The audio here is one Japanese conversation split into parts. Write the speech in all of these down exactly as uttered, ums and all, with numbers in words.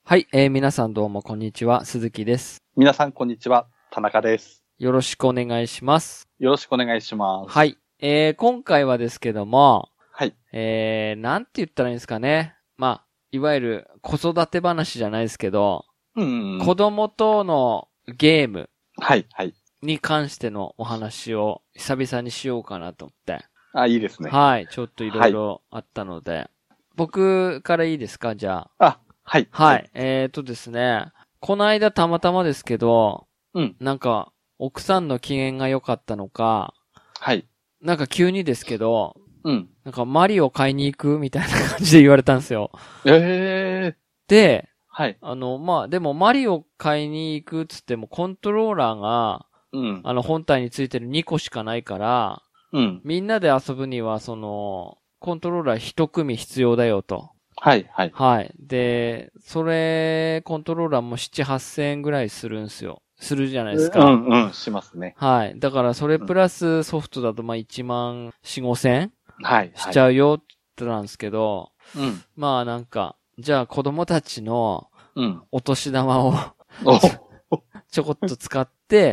はい、えー、皆さんどうもこんにちは、鈴木です。 皆さんこんにちは、田中です。 よろしくお願いします。 よろしくお願いします。 はい、えー、今回はですけども、 はい。 えー、なんて言ったらいいんですかね。まあ、いわゆる子育て話じゃないですけど、 うん、うん。 子供とのゲームはい、はい。 に関してのお話を久々にしようかなと思って。 あ、いいですね。 はい、ちょっといろいろあったので、はい、僕からいいですか、じゃあ。 あ、はい。 はい。はい、えーとですね、この間たまたまですけど、 うん。 なんか、奥さんの機嫌が良かったのか、 はい。 なんか急にですけど、 うん。 なんかマリオ買いに行くみたいな感じで言われたんですよ。 ええー。 で、 はい。 あの、まあ、でもマリオ買いに行くっつってもコントローラーが、 うん。 あの本体についてるにこしかないから、 うん。 みんなで遊ぶにはその、コントローラー一組必要だよと。 はい、はい。 はい。で、それ、コントローラーもなな、はっせんえんぐらいするんすよ。するじゃないですか。 うん、うん、しますね。 はい。だからそれプラスソフトだとまあいちまんよん、ごせんはい。 しちゃうよって言ったんですけど、 うん。 まあなんか、じゃあ子供たちの、お年玉を、 うん、 ちょこっと使って、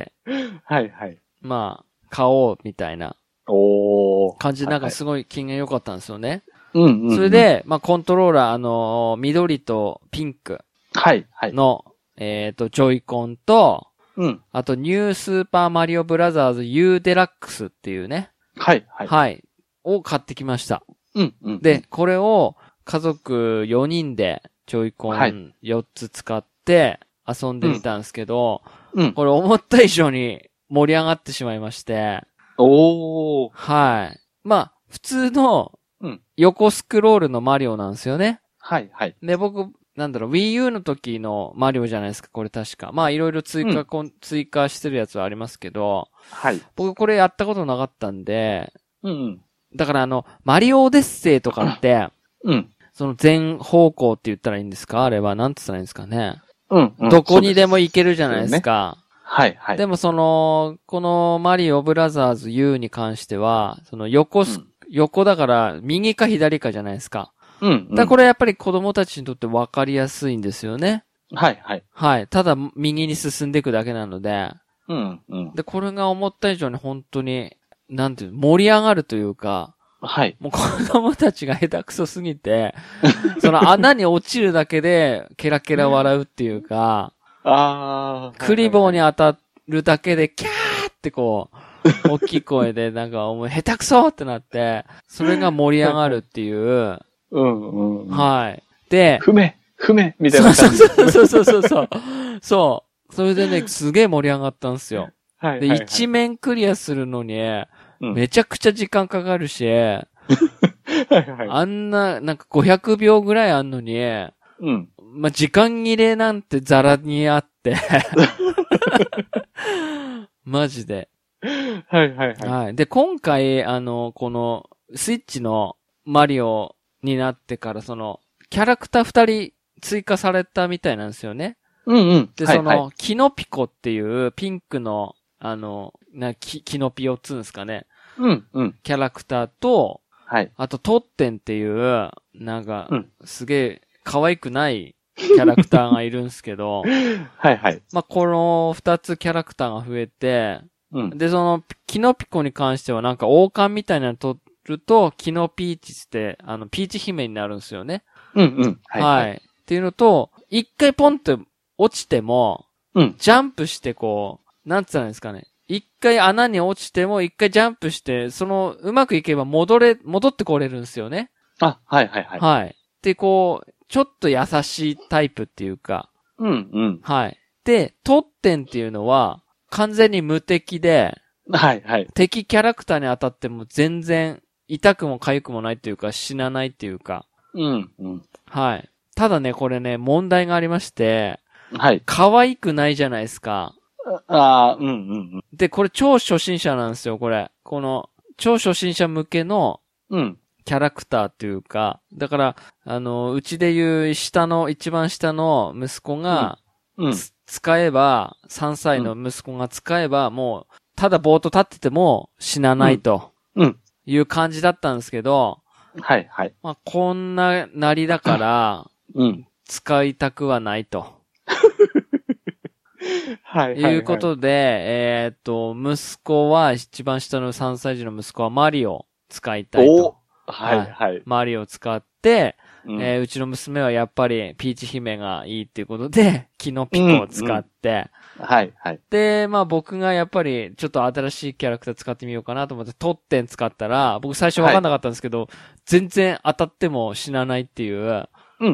はい、はい。 まあ、買おうみたいなおー。 感じでなんかすごい機嫌良かったんですよね。 うんうん、うん。 それで、まあコントローラー、あのー、緑とピンク。 はい、はい。 の、えっと、ジョイコンと、 うん。 あと、ニュースーパーマリオブラザーズ U デラックスっていうね。 はい、はい。 はい。を買ってきました。 うん、うん。 で、これを家族よにんでジョイコンよっつ使って遊んでみたんですけど、 うん。 これ思った以上に盛り上がってしまいまして。 おー。 はい。まあ、普通の横スクロールのマリオなんですよね。 はい、はい。 で、僕、なんだろう、Wii U の時のマリオじゃないですか、これ確か。まあ、いろいろ追加、うん、追加してるやつはありますけど、 はい。 僕これやったことなかったんで、 うん、うん。 だからあの、マリオオデッセイとかって、 うん。 その全方向って言ったらいいんですかあれは、なんて言ったらいいんですかね。 うん、うん。 どこにでも行けるじゃないですか。 ね、はい、はい。 でもその、このマリオブラザーズ U に関しては、その横す、うん、横だから右か左かじゃないですか。うん、うん。だからこれやっぱり子供たちにとって分かりやすいんですよね。 はいはい。 はい。ただ右に進んでいくだけなので。 うんうん。 で、これが思った以上に本当に、なんていうの、盛り上がるというか。 はい。 もう子供たちが下手くそすぎて、その穴に落ちるだけでケラケラ笑うっていうか。 ああ。 クリボーに当たるだけでキャーってこう、大きい声でなんかお前下手くそってなって、それが盛り上がるっていう。 うんうん、うん。 はい。で、 ふめ、ふめ、みたいな感じ。 そうそうそうそうそう。そう。それでね、すげえ盛り上がったんですよ。 はい、はい。 で、一面クリアするのに、うん、めちゃくちゃ時間かかるし、はいはい、あんな、なんかごひゃくびょうぐらいあんのに、うん。まあ、時間切れなんてザラにあって、マジで。 はいはいはい。 はい。で、今回、あの、この、スイッチのマリオになってから、その、キャラクター二人追加されたみたいなんですよね。 うんうん。 で、その、はいはい、キノピコっていうピンクの、あの、な、キ、キノピオっつうんですかね。 うんうん。 キャラクターと、 はい。 あと、トッテンっていう、なんか、うん、すげえ可愛くないキャラクターがいるんですけど。 はいはい。 まあ、この二つキャラクターが増えて、うん、で、その、キノピコに関してはなんか王冠みたいなの取ると、キノピーチって、あの、ピーチ姫になるんですよね。 うんうん。 はい、はい。っていうのと、一回ポンって落ちても、うん。ジャンプしてこう、なんつったらいいんですかね。一回穴に落ちても、一回ジャンプして、その、うまくいけば戻れ、戻ってこれるんですよね。 あ、はいはいはい。 はい。で、こう、ちょっと優しいタイプっていうか。 うんうん。 はい。で、トッテンっていうのは、完全に無敵で、 はいはい。 敵キャラクターに当たっても全然、痛くも痒くもないっていうか、死なないっていうか。 うんうん。 はい。ただね、これね、問題がありまして、 はい。 可愛くないじゃないですか。 ああ、うんうんうん。 で、これ超初心者なんですよ、これ。この、超初心者向けの、うん。キャラクターっていうか、だから、あの、うちで言う下の、一番下の息子が、うん。うん、使えば、さんさいの息子が使えば、もう、ただぼーっと立ってても死なないと。うん。うん。いう感じだったんですけど、 はいはい。 まあ、こんななりだから、うん。 使いたくはないと。 はい、はい。 いうことで、えー、っと、息子は、一番下のさんさい児の息子はマリオ使いたいと。 はい、はい。 マリオを使って、 うんえー、うちの娘はやっぱりピーチ姫がいいっていうことで、キノピコを使って、 うんうん、はい、はい。 で、まあ僕がやっぱりちょっと新しいキャラクター使ってみようかなと思って、トッテン使ったら、僕最初わかんなかったんですけど、はい、全然当たっても死なないっていう。 うんうん。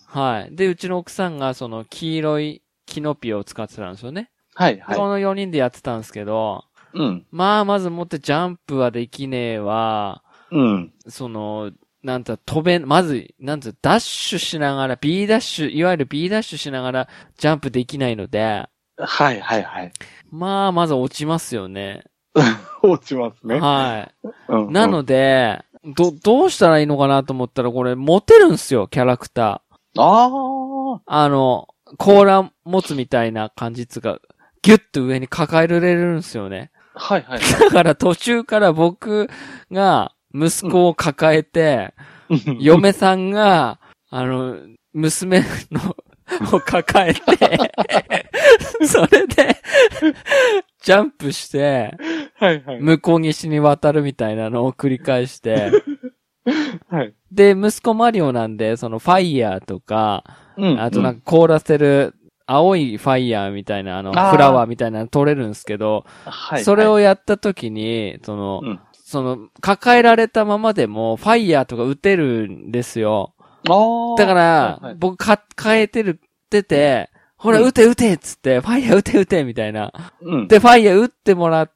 はい。で、うちの奥さんがその黄色いキノピオを使ってたんですよね。 はい、はい。 このよにんでやってたんですけど、 うん。 まあまずもってジャンプはできねえわ。 うん。 その、なんと飛べ、まず、なんとダッシュしながら、B ダッシュ、いわゆる B ダッシュしながらジャンプできないので。 はいはいはい。 まあ、まず落ちますよね。 落ちますね。 はい。 うんうん、 なので、ど、どうしたらいいのかなと思ったら、これ、持てるんすよ、キャラクター。ああ。 あの、甲羅持つみたいな感じつが、ギュッと上に抱えられるんすよね。 はいはい。 だから途中から僕が、息子を抱えて、うん、嫁さんが、あの、娘の、を抱えて、それで、ジャンプして、 はいはい、 向こう岸に渡るみたいなのを繰り返して、 はい、 で、息子マリオなんで、そのファイヤーとか、 うん、 あとなんか凍らせる、青いファイヤーみたいな、あの、フラワーみたいなの取れるんですけど、はい、それをやった時に、その、うん、その、抱えられたままでも、ファイヤーとか撃てるんですよ。だから、はいはい、僕抱えてる、てて、ほら、撃て撃てっつって、ファイヤー撃て撃てみたいな。うん、で、ファイヤー撃ってもらって、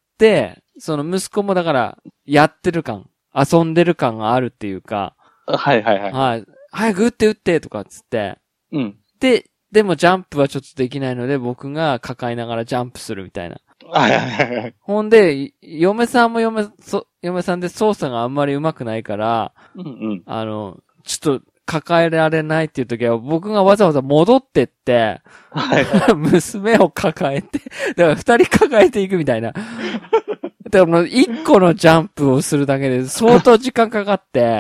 その息子もだから、やってる感、遊んでる感があるっていうか。 はいはいはい。 はい。早く撃って撃ってとかっつって。 うん。 で、でもジャンプはちょっとできないので、僕が抱えながらジャンプするみたいな。 はいはいはいはい。 ほんで、嫁さんも嫁、そ、嫁さんで操作があんまり上手くないから、 うんうん。 あの、ちょっと抱えられないっていう時は、僕がわざわざ戻ってって、 はい娘を抱えて、だから二人抱えていくみたいな。だからもう一個のジャンプをするだけで相当時間かかって、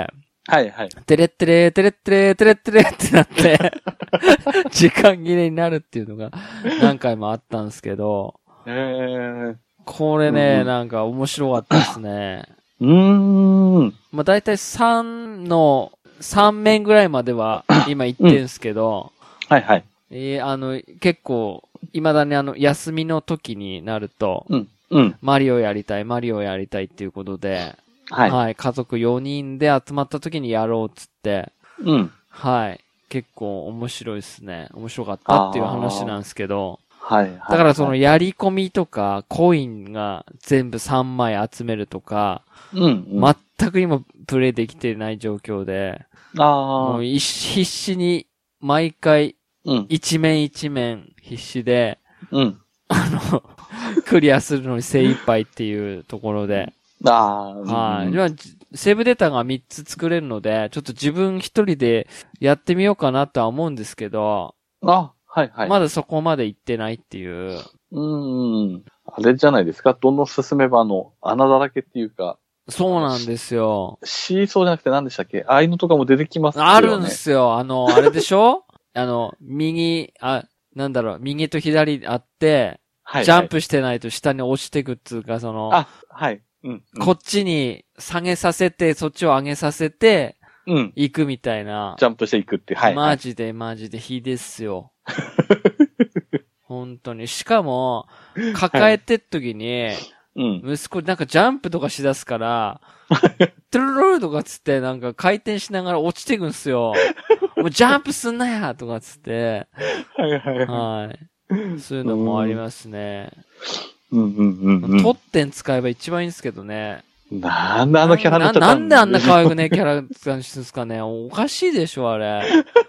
はいはい。 テレッテレー、テレッテレー、テレッテレーってなって、時間切れになるっていうのが何回もあったんですけど、 へー、 これね、うん、なんか面白かったですね。 うーん。 まあだいたいさんの、さん面ぐらいまでは今言ってんすけど、 うん、はいはい。 えー、あの、結構、未だにあの、休みの時になると、 うん、うん。 マリオやりたい、マリオやりたいっていうことで、 はい。 はい。家族よにんで集まった時にやろうっつって、 うん。 はい。結構面白いですね。面白かったっていう話なんですけど、 はい、はい。 だからそのやり込みとか、コインが全部さんまい集めるとか、 うん、うん。 全く今プレイできてない状況で、 ああ。 もう必死に毎回、一面一面必死で、 うん。 あの、クリアするのに精一杯っていうところで、 ああ。 はい。うん、セーブデータがみっつ作れるので、ちょっと自分一人でやってみようかなとは思うんですけど、 あ、はいはい。 まだそこまで行ってないっていう。 うーん。あれじゃないですか。どんどん進めばあの、穴だらけっていうか。 そうなんですよ。 シーソーじゃなくて何でしたっけ？ああいうのとかも出てきますよね。 あるんですよ。あの、あれでしょあの、右、あ、なんだろう、右と左あって、はいはい、ジャンプしてないと下に落ちてくっつうか、その、 あ、はい。うん、うん。 こっちに下げさせて、そっちを上げさせて、 うん。 行くみたいな。 ジャンプしていくって、はい、はい。 マジでマジで火ですよ。本当に。しかも、抱えてっ時に、はい、うん。息子なんかジャンプとかしだすから、トゥルルルとかつってなんか回転しながら落ちてくんすよ。もうジャンプすんなやとかつって。 はいはいはい。 はい。そういうのもありますね。 うんうんうんうん。 トッテン使えば一番いいんですけどね。 なんであのキャラになっちゃったんなんであんな可愛くねキャラ使うんですかね。おかしいでしょ、あれ。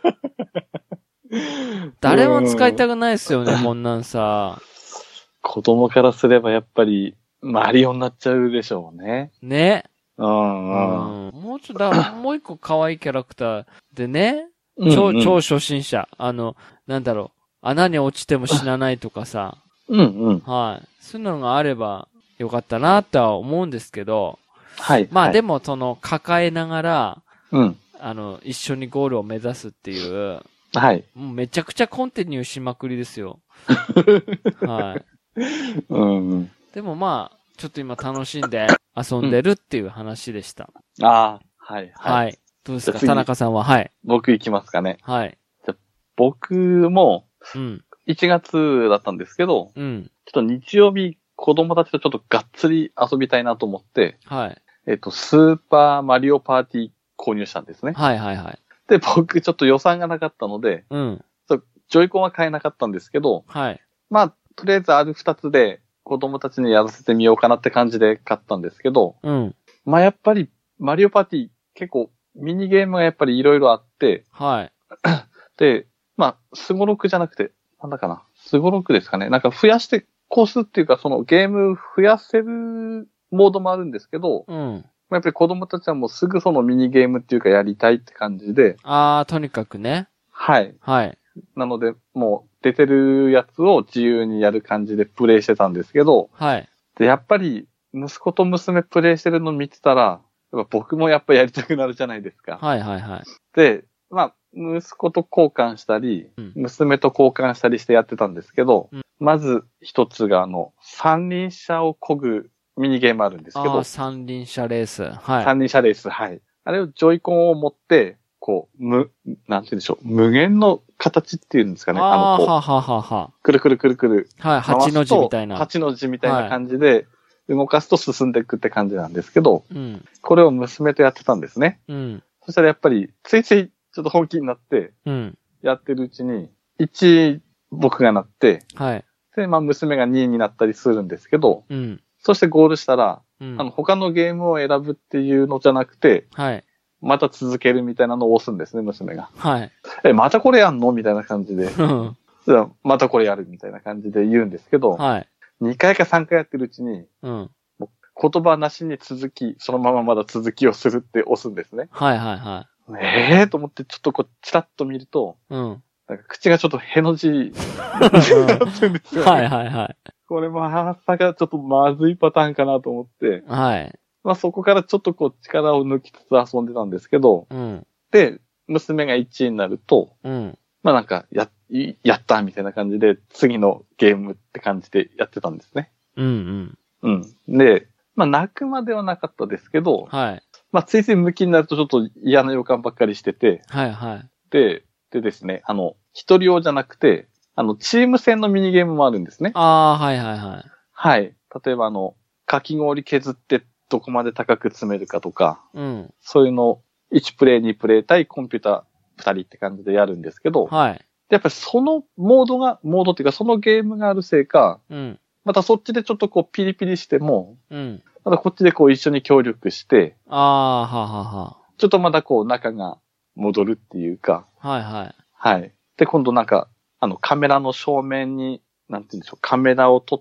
誰も使いたくないですよね、こんなんさ。 子供からすればやっぱり、マリオになっちゃうでしょうね。 ね。 うんうん。もうちょっと、もう一個可愛いキャラクターでね、超、うんうん、超初心者。あの、なんだろう。穴に落ちても死なないとかさ。 うんうん。 はい。そういうのがあればよかったなとは思うんですけど。 はい。 まあ、 はい、 でもその抱えながら、 うん。 あの、一緒にゴールを目指すっていう。 はい。 もうめちゃくちゃコンティニューしまくりですよ。はい。 うん。 でもまあ、ちょっと今楽しんで遊んでるっていう話でした。 うん、ああ、はい、 はい。はい。どうですか田中さんは。はい。 僕行きますかね。 はい。 じゃ僕も、 うん。 いちがつだったんですけど、 うん。 ちょっと日曜日、子供たちとちょっとがっつり遊びたいなと思って、 はい。 えっと、スーパーマリオパーティー購入したんですね。 はいはいはい。 で、僕ちょっと予算がなかったので、 うん。 ジョイコンは買えなかったんですけど、 はい。 まあ、とりあえずある二つで子供たちにやらせてみようかなって感じで買ったんですけど、 うん。 まあやっぱりマリオパーティー結構ミニゲームがやっぱりいろいろあって、 はい。 で、まあ、スゴロクじゃなくて、なんだかな、スゴロクですかね。なんか増やしてコースっていうかそのゲーム増やせるモードもあるんですけど、 うん。 やっぱり子供たちはもうすぐそのミニゲームっていうかやりたいって感じで。 ああ、とにかくね。 はい。 はい。 なので、もう出てるやつを自由にやる感じでプレイしてたんですけど、 はい。 で、やっぱり息子と娘プレイしてるの見てたら、やっぱ僕もやっぱやりたくなるじゃないですか。 はいはいはい。 で、まあ、息子と交換したり、うん、娘と交換したりしてやってたんですけど、うん、まず一つがあの、三輪車を漕ぐミニゲームあるんですけど。 ああ、三輪車レース。はい。 三輪車レース、はい。あれをジョイコンを持って、こう、む、なんて言うんでしょう。無限の形っていうんですかね。 ああの、 はははは。 くるくるくるくる。 はい、八の字みたいな。 八の字みたいな感じで、動かすと進んでいくって感じなんですけど、 うん、 これを娘とやってたんですね。 うん、 そしたらやっぱり、ついついちょっと本気になって、やってるうちに、いち僕がなって、 はい。 で、まあ娘がにいになったりするんですけど、 うん、 そしてゴールしたら、 うん、 あの、他のゲームを選ぶっていうのじゃなくて、 はい。 また続けるみたいなのを押すんですね、娘が。 はい。 え、またこれやんのみたいな感じで。じゃあまたこれやるみたいな感じで言うんですけど、 はい。 にかいかさんかいやってるうちに、 うん。 言葉なしに続き、そのまままだ続きをするって押すんですね。 はいはいはい。 ええーと思ってちょっとこう、チラッと見ると、 うん。 なんか口がちょっとへの字になってるんですよ、ね。 はいはいはい。 これもまさかちょっとまずいパターンかなと思って、 はい。 まあそこからちょっとこう力を抜きつつ遊んでたんですけど、 うん。 で、娘がいちいになると、 うん。 まあなんか、や、やったみたいな感じで、次のゲームって感じでやってたんですね。 うんうん。 うん。で、まあ泣くまではなかったですけど、 はい。 まあついつい向きになるとちょっと嫌な予感ばっかりしてて、 はいはい。 で、でですね、あの、一人用じゃなくて、あの、チーム戦のミニゲームもあるんですね。 ああ、はいはいはい。 はい。例えばあの、かき氷削ってどこまで高く詰めるかとか、 うん。 そういうのをいちプレイにプレイ対コンピューターふたりって感じでやるんですけど、 はい。 やっぱりそのモードが、モードっていうかそのゲームがあるせいか、 うん。 またそっちでちょっとこうピリピリしても、 うん。 またこっちでこう一緒に協力して、 ああ、ははは。 ちょっとまたこう仲が戻るっていうか、 はいはい。 はい。で、今度なんか、あのカメラの正面に、なんて言うんでしょう、カメラを撮って、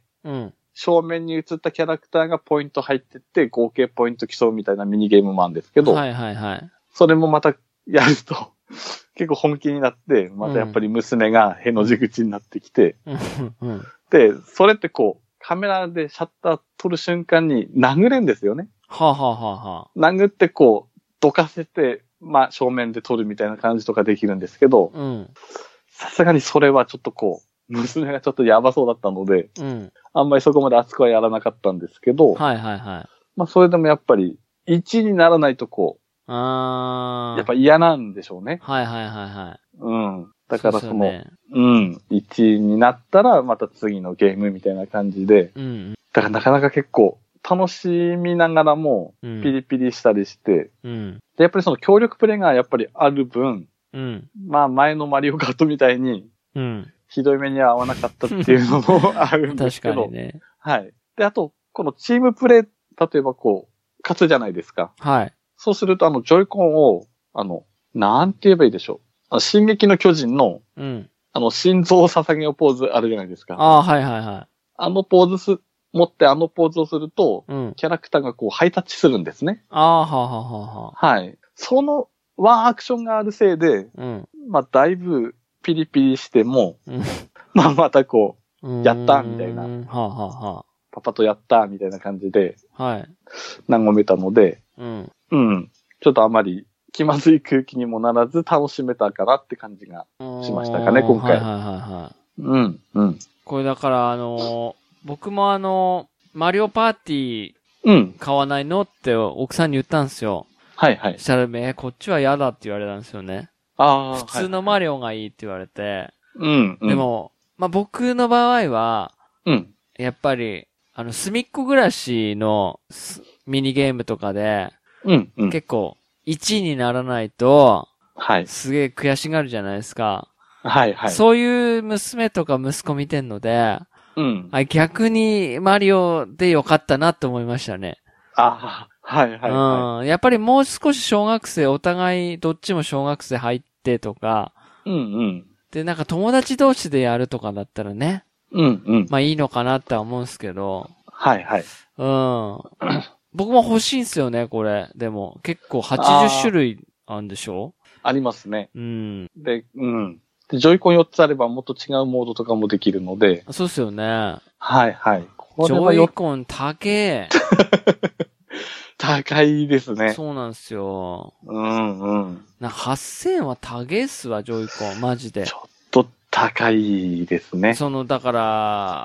うん。 正面に映ったキャラクターがポイント入ってって合計ポイント競うみたいなミニゲームもあるんですけど、 はいはいはい。 それもまたやると結構本気になって、またやっぱり娘がへの字口になってきて、 うん。 で、それってこう、カメラでシャッター撮る瞬間に殴れんですよね。 はあ、はあははあ、 殴ってこう、どかせて、まあ正面で撮るみたいな感じとかできるんですけど、さすがにそれはちょっとこう、娘がちょっとやばそうだったので、 うん、 あんまりそこまで熱くはやらなかったんですけど、 はいはいはい。まあそれでもやっぱり、いちにならないとこう、 あやっぱ嫌なんでしょうね。 はいはいはいはい。 うん。だからその、うね、 うん、いちいになったらまた次のゲームみたいな感じで、 うん、 だからなかなか結構楽しみながらもピリピリしたりして、 うん、 でやっぱりその協力プレイがやっぱりある分、 うん、 まあ前のマリオカートみたいに、 うん、 ひどい目には合わなかったっていうのもあるんですけど、 確かにね。 はい。で、あと、このチームプレイ、例えばこう、勝つじゃないですか。 はい。 そうするとあの、ジョイコンを、あの、なんて言えばいいでしょう。あの進撃の巨人の、 うん。 あの、心臓を捧げようポーズあるじゃないですか。 ああ、はいはいはい。 あのポーズす、持ってあのポーズをすると、うん、キャラクターがこうハイタッチするんですね。 ああ、はあはあはあ。 はい。そのワンアクションがあるせいで、うん、まあだいぶピリピリしても、うん、まあまたこう、やったみたいな。はあはあはあ、 パパとやったみたいな感じで、 はい。 和めたので、 うん。 うん。ちょっとあまり気まずい空気にもならず楽しめたかなって感じがしましたかね、今回。 はいはいはいはい。 うん、うん。 これだからあのー、僕もあのー、マリオパーティー、うん。買わないのって奥さんに言ったんですよ。 はいはい。 そしたら、え、こっちは嫌だって言われたんですよね。 ああ。 普通のマリオがいいって言われて。 うん、うん。 でも、まあ、僕の場合は、 うん。 やっぱり、あの、隅っこ暮らしのミニゲームとかで、 うん、うん。 結構、いちいにならないと、 はい。 すげえ悔しがるじゃないですか。 はいはい。 そういう娘とか息子見てんので、うん。逆にマリオでよかったなって思いましたね。 ああ、はいはい、はい。 うん。やっぱりもう少し小学生、お互いどっちも小学生入ってとか、 うんうん。 で、なんか友達同士でやるとかだったらね。 うんうん。 まあいいのかなって思うんですけど。 はいはい。 うん。僕も欲しいんすよね、これ。でも、結構はちじゅっしゅるいあるんでしょ？ ありますね。 うん。 で、うん。で、ジョイコンよっつあればもっと違うモードとかもできるので。 そうっすよね。 はいはい。 ジョイコン高え。 高いですね。 そうなんですよ。 うんうん。 な、はっせんえんは高えっすわ、ジョイコン。マジで。 ちょっと高いですね。 その、だから、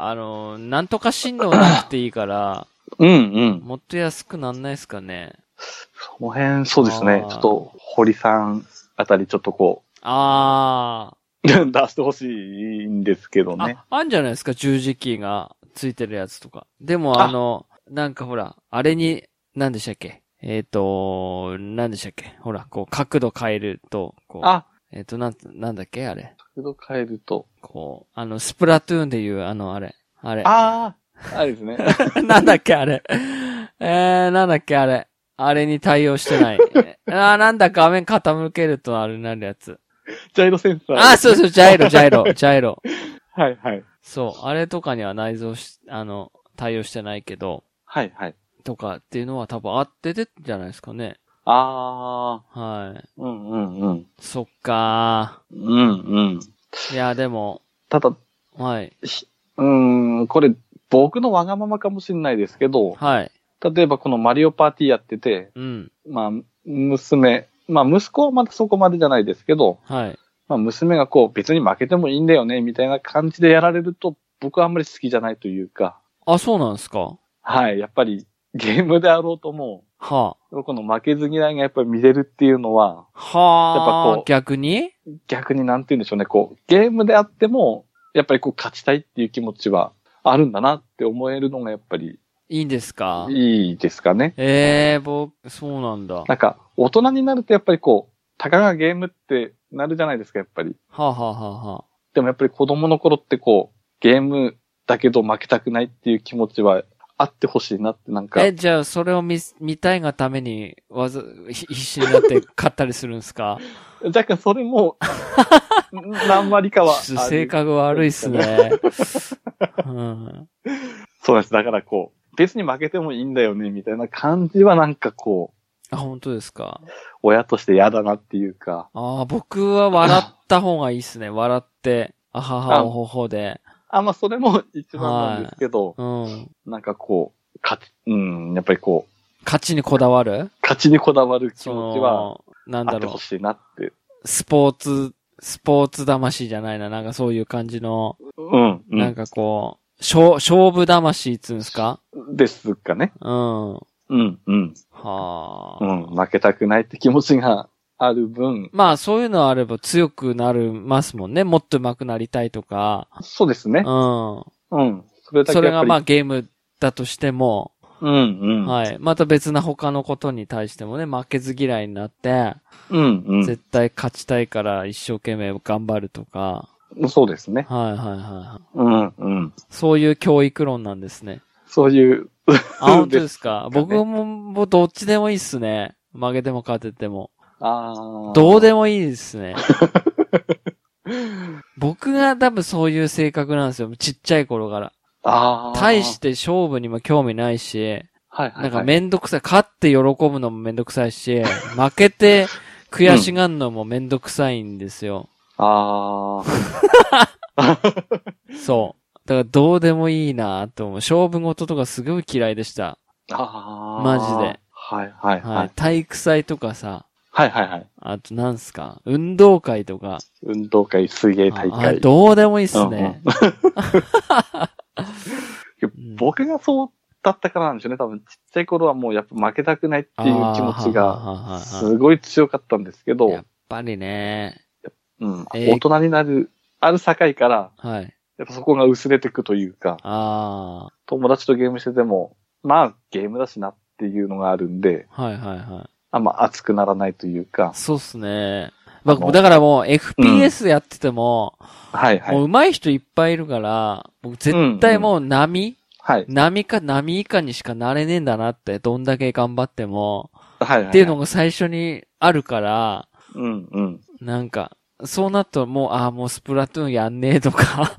あの、なんとか振動なくていいから、 うんうん。 もっと安くなんないっすかね。 その辺、そうですね。ちょっと、堀さんあたりちょっとこう。 ああ。 出してほしいんですけどね。 あ、あんじゃないですか、十字キーがついてるやつとか。でもあの、なんかほら、あれに、何でしたっけえっ、ー、と、何でしたっけほら、こう、角度変えると、こう。 あえっ、ー、と、なん、なんだっけあれ。 角度変えると。 こう、あの、スプラトゥーンでいう、あの、あれ。あれ。 あああれですね。 なんだっけあれ。えー、なんだっけあれ。あれに対応してない。ああ、なんだ画面傾けるとあれになるやつ。 ジャイロセンサー、ね。 あ、そうそう、ジャイロ、ジャイロ、ジャイロ。 はいはい。 そう、あれとかには内蔵し、あの、対応してないけど。 はいはい。 とかっていうのは多分あっててじゃないですかね。 ああ。はい。 うんうんうん。 そっかー。うんうん。 いや、でも。 ただ、 はい。 うーん、これ、僕のわがままかもしれないですけど。 はい。 例えばこのマリオパーティーやってて。うん。まあ、娘、まあ息子はまだそこまでじゃないですけど。はい。まあ娘がこう別に負けてもいいんだよね、みたいな感じでやられると、僕はあんまり好きじゃないというか。 あ、そうなんですか？ はい。やっぱり、ゲームであろうとも、はあ。この負けず嫌いがやっぱり見れるっていうのは、はあ。やっぱこう、逆に逆になんて言うんでしょうね。こう、ゲームであっても、やっぱりこう勝ちたいっていう気持ちはあるんだなって思えるのがやっぱり。いいんですか？いいですかね。ええー、僕、そうなんだ。なんか、大人になるとやっぱりこう、たかがゲームってなるじゃないですか、やっぱり。はあ、はあはあはあ、でもやっぱり子供の頃ってこう、ゲームだけど負けたくないっていう気持ちは、あってほしいなってなんか。え、じゃあそれを見、見たいがために、わざ、必死になって買ったりするんですか？だからそれも、何割かは。性格悪いっすね。うん、そうです。だからこう、別に負けてもいいんだよね、みたいな感じはなんかこう。あ、本当ですか？親として嫌だなっていうか。ああ、僕は笑った方がいいっすね。笑って、あははおほほで。あ、まあ、それも一番なんですけど、はい、うん。なんかこう、勝ち、うん、やっぱりこう。勝ちにこだわる？勝ちにこだわる気持ちは、なんだろう。あってほしいなって。スポーツ、スポーツ魂じゃないな、なんかそういう感じの。うん。うん、なんかこう、勝、勝負魂っつうんですか？ですかね。うん。うん、うん。はあ。うん、負けたくないって気持ちがある分。まあ、そういうのあれば強くなりますもんね。もっと上手くなりたいとか。そうですね。うん。うん。それだけそれがまあゲームだとしても。うんうん。はい。また別な他のことに対してもね、負けず嫌いになって。うんうん。絶対勝ちたいから一生懸命頑張るとか。そうですね。はいはいはい。うんうん。そういう教育論なんですね。そういう。あ、本当ですか？僕も、もうどっちでもいいっすね。負けても勝てても。ああ。どうでもいいですね。僕が多分そういう性格なんですよ。ちっちゃい頃から。ああ。対して勝負にも興味ないし。はいはい、はい。なんかめんどくさい。勝って喜ぶのもめんどくさいし、負けて悔しがるのもめんどくさいんですよ。うん、ああ。そう。だからどうでもいいなと思う。勝負事とかすごい嫌いでした。ああ。マジで。はいはいはい。はい。体育祭とかさ。 はいはいはい。 あとなんすか運動会とか。 運動会、水泳大会。 あ、どうでもいいっすね。 うんうん、僕がそうだったからなんでしょうね。多分ちっちゃい頃はもうやっぱ負けたくないっていう気持ちがすごい強かったんですけど。 やっぱりね。 うん。えー、大人になる、ある境から、 はい。 やっぱそこが薄れていくというか。 あ友達とゲームしてても、まあゲームだしなっていうのがあるんで。 はいはいはい。 あんま熱くならないというか。 そうっすね。まあ、だからもう エフピーエス やってても、うん、 はいはい。 もう上手い人いっぱいいるから、僕絶対もう波、うんうん、 はい。 波か波以下にしかなれねえんだなって、どんだけ頑張っても。 はいはい、はい。 っていうのが最初にあるから、 うんうん。 なんか、そうなるともう、ああ、もうスプラトゥーンやんねえとか。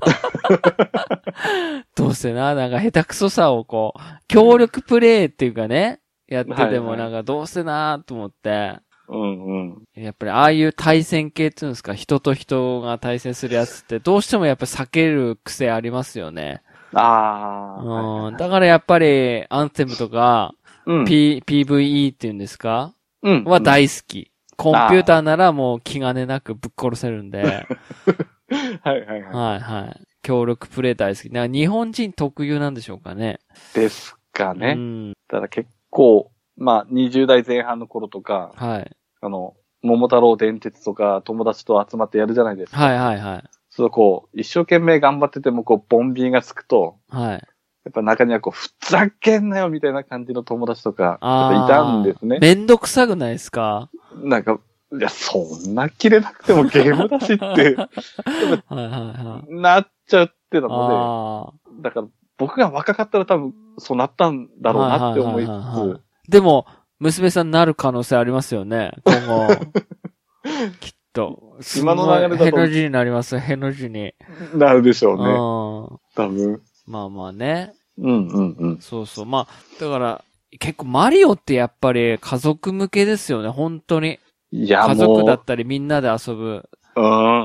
どうせな、なんか下手くそさをこう、協力プレイっていうかね、やっててもなんかどうせなーと思って。 うんうん。 やっぱりああいう対戦系っていうんですか、人と人が対戦するやつってどうしてもやっぱり避ける癖ありますよね。 ああ。 うん、はいはい、だからやっぱりアンセムとか、 うん、 P、ピーブイイー っていうんですか、 うん、 は大好き。コンピューターならもう気兼ねなくぶっ殺せるんで。 はいはいはい。 はいはい。協力プレイ大好き。なんか日本人特有なんでしょうかね。 ですかね。 うん。 ただ結構、まあにじゅう代前半の頃とか、 はい。 あの、桃太郎電鉄とか友達と集まってやるじゃないですか。 はいはいはい。 そうこう、一生懸命頑張っててもこう、ボンビーがつくと、 はい。 やっぱ中にはこう、ふざけんなよみたいな感じの友達とか、やっぱいたんですね。 めんどくさくないですか？ なんか、いや、そんな切れなくてもゲームだしって、はいはいはい、 なっちゃってたので、だから僕が若かったら多分そうなったんだろうなって思いつつ。 でも、娘さんになる可能性ありますよね、今後。きっと。 今の流れだと。 への字になります、への字に。 なるでしょうね。 多分。 まあまあね。 うんうんうん。 そうそう。まあ、だから、結構マリオってやっぱり家族向けですよね、本当に。 いや、 家族だったりみんなで遊ぶ。 うん。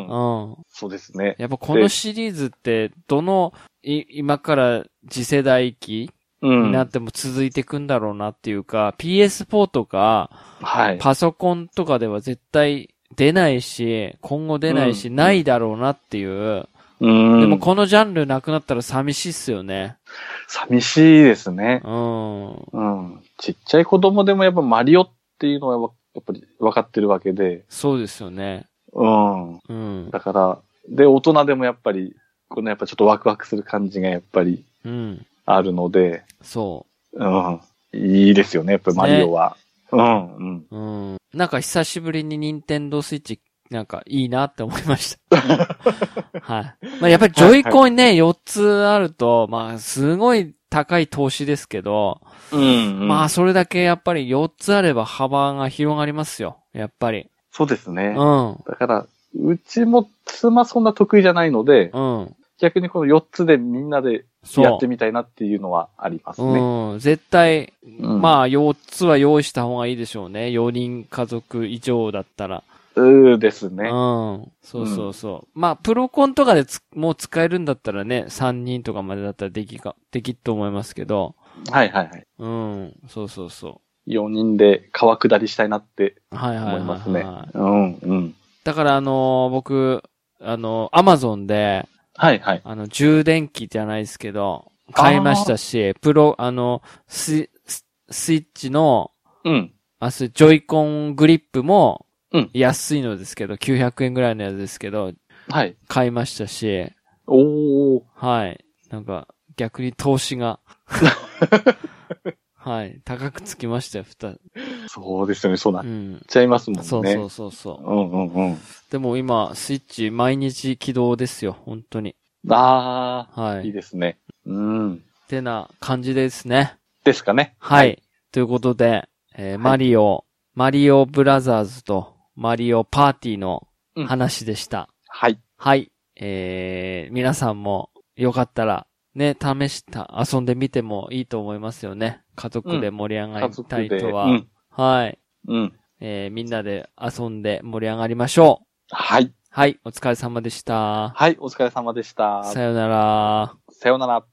うん。 そうですね。 やっぱこのシリーズって、どの、い、今から次世代機になっても続いていくんだろうなっていうか、うん、ピーエスフォー とか、 はい。 パソコンとかでは絶対出ないし、今後出ないし、うん、ないだろうなっていう。うん。でもこのジャンルなくなったら寂しいっすよね。 寂しいですね。 うん。 うん。ちっちゃい子供でもやっぱマリオっていうのはやっぱり分かってるわけで。 そうですよね。 うん。うん。だから、で、大人でもやっぱり、このやっぱちょっとワクワクする感じがやっぱり、うん。あるので。 そう。 うん。いいですよね、やっぱりマリオは。ね、うん、うん。 うん。なんか久しぶりにニンテンドースイッチ、なんかいいなって思いました。はい。まあやっぱりジョイコンね、はいはい、よっつあると、まあすごい高い投資ですけど、うん、うん。まあそれだけやっぱりよっつあれば幅が広がりますよ。やっぱり。 そうですね。 うん。だから、うちも妻そんな得意じゃないので、うん。逆にこのよっつでみんなでやってみたいなっていうのはありますね。 うん。絶対、うん、まあよっつは用意した方がいいでしょうね。よにん家族以上だったら。 うーですね。 うん。そうそうそう。うん、まあ、プロコンとかでつもう使えるんだったらね、さんにんとかまでだったらできか、できっと思いますけど。 はいはいはい。 うん。そうそうそう。 よにんで川下りしたいなって思いますね。はいはいはいはい、うんうん。 だからあのー、僕、あのー、アマゾンで、 はいはい。 あの、充電器じゃないですけど、買いましたし、プロ、あの、ス、スイッチの、うん。あ、ジョイコングリップも、うん。安いのですけど、きゅうひゃくえんぐらいのやつですけど、はい。買いましたし、おー。はい。なんか、逆に投資が、はい。高くつきましたよ、ふた。 そうですよね、そうなっちゃいますもんね。うん、 そうそうそうそう。 うんうんうん。 でも今、スイッチ毎日起動ですよ、本当に。 ああ、はい。いいですね。うん。 ってな感じですね。 ですかね。 はい。はい、ということで、えーはい、マリオ、マリオブラザーズとマリオパーティーの話でした。うん、 はい。 はい。えー、皆さんもよかったら、ね、試した、遊んでみてもいいと思いますよね。家族で盛り上がりたいとは。うん、はい。うん。えー、みんなで遊んで盛り上がりましょう。 はい。 はい。お疲れ様でした。 はい。お疲れ様でした。 さよなら。 さよなら。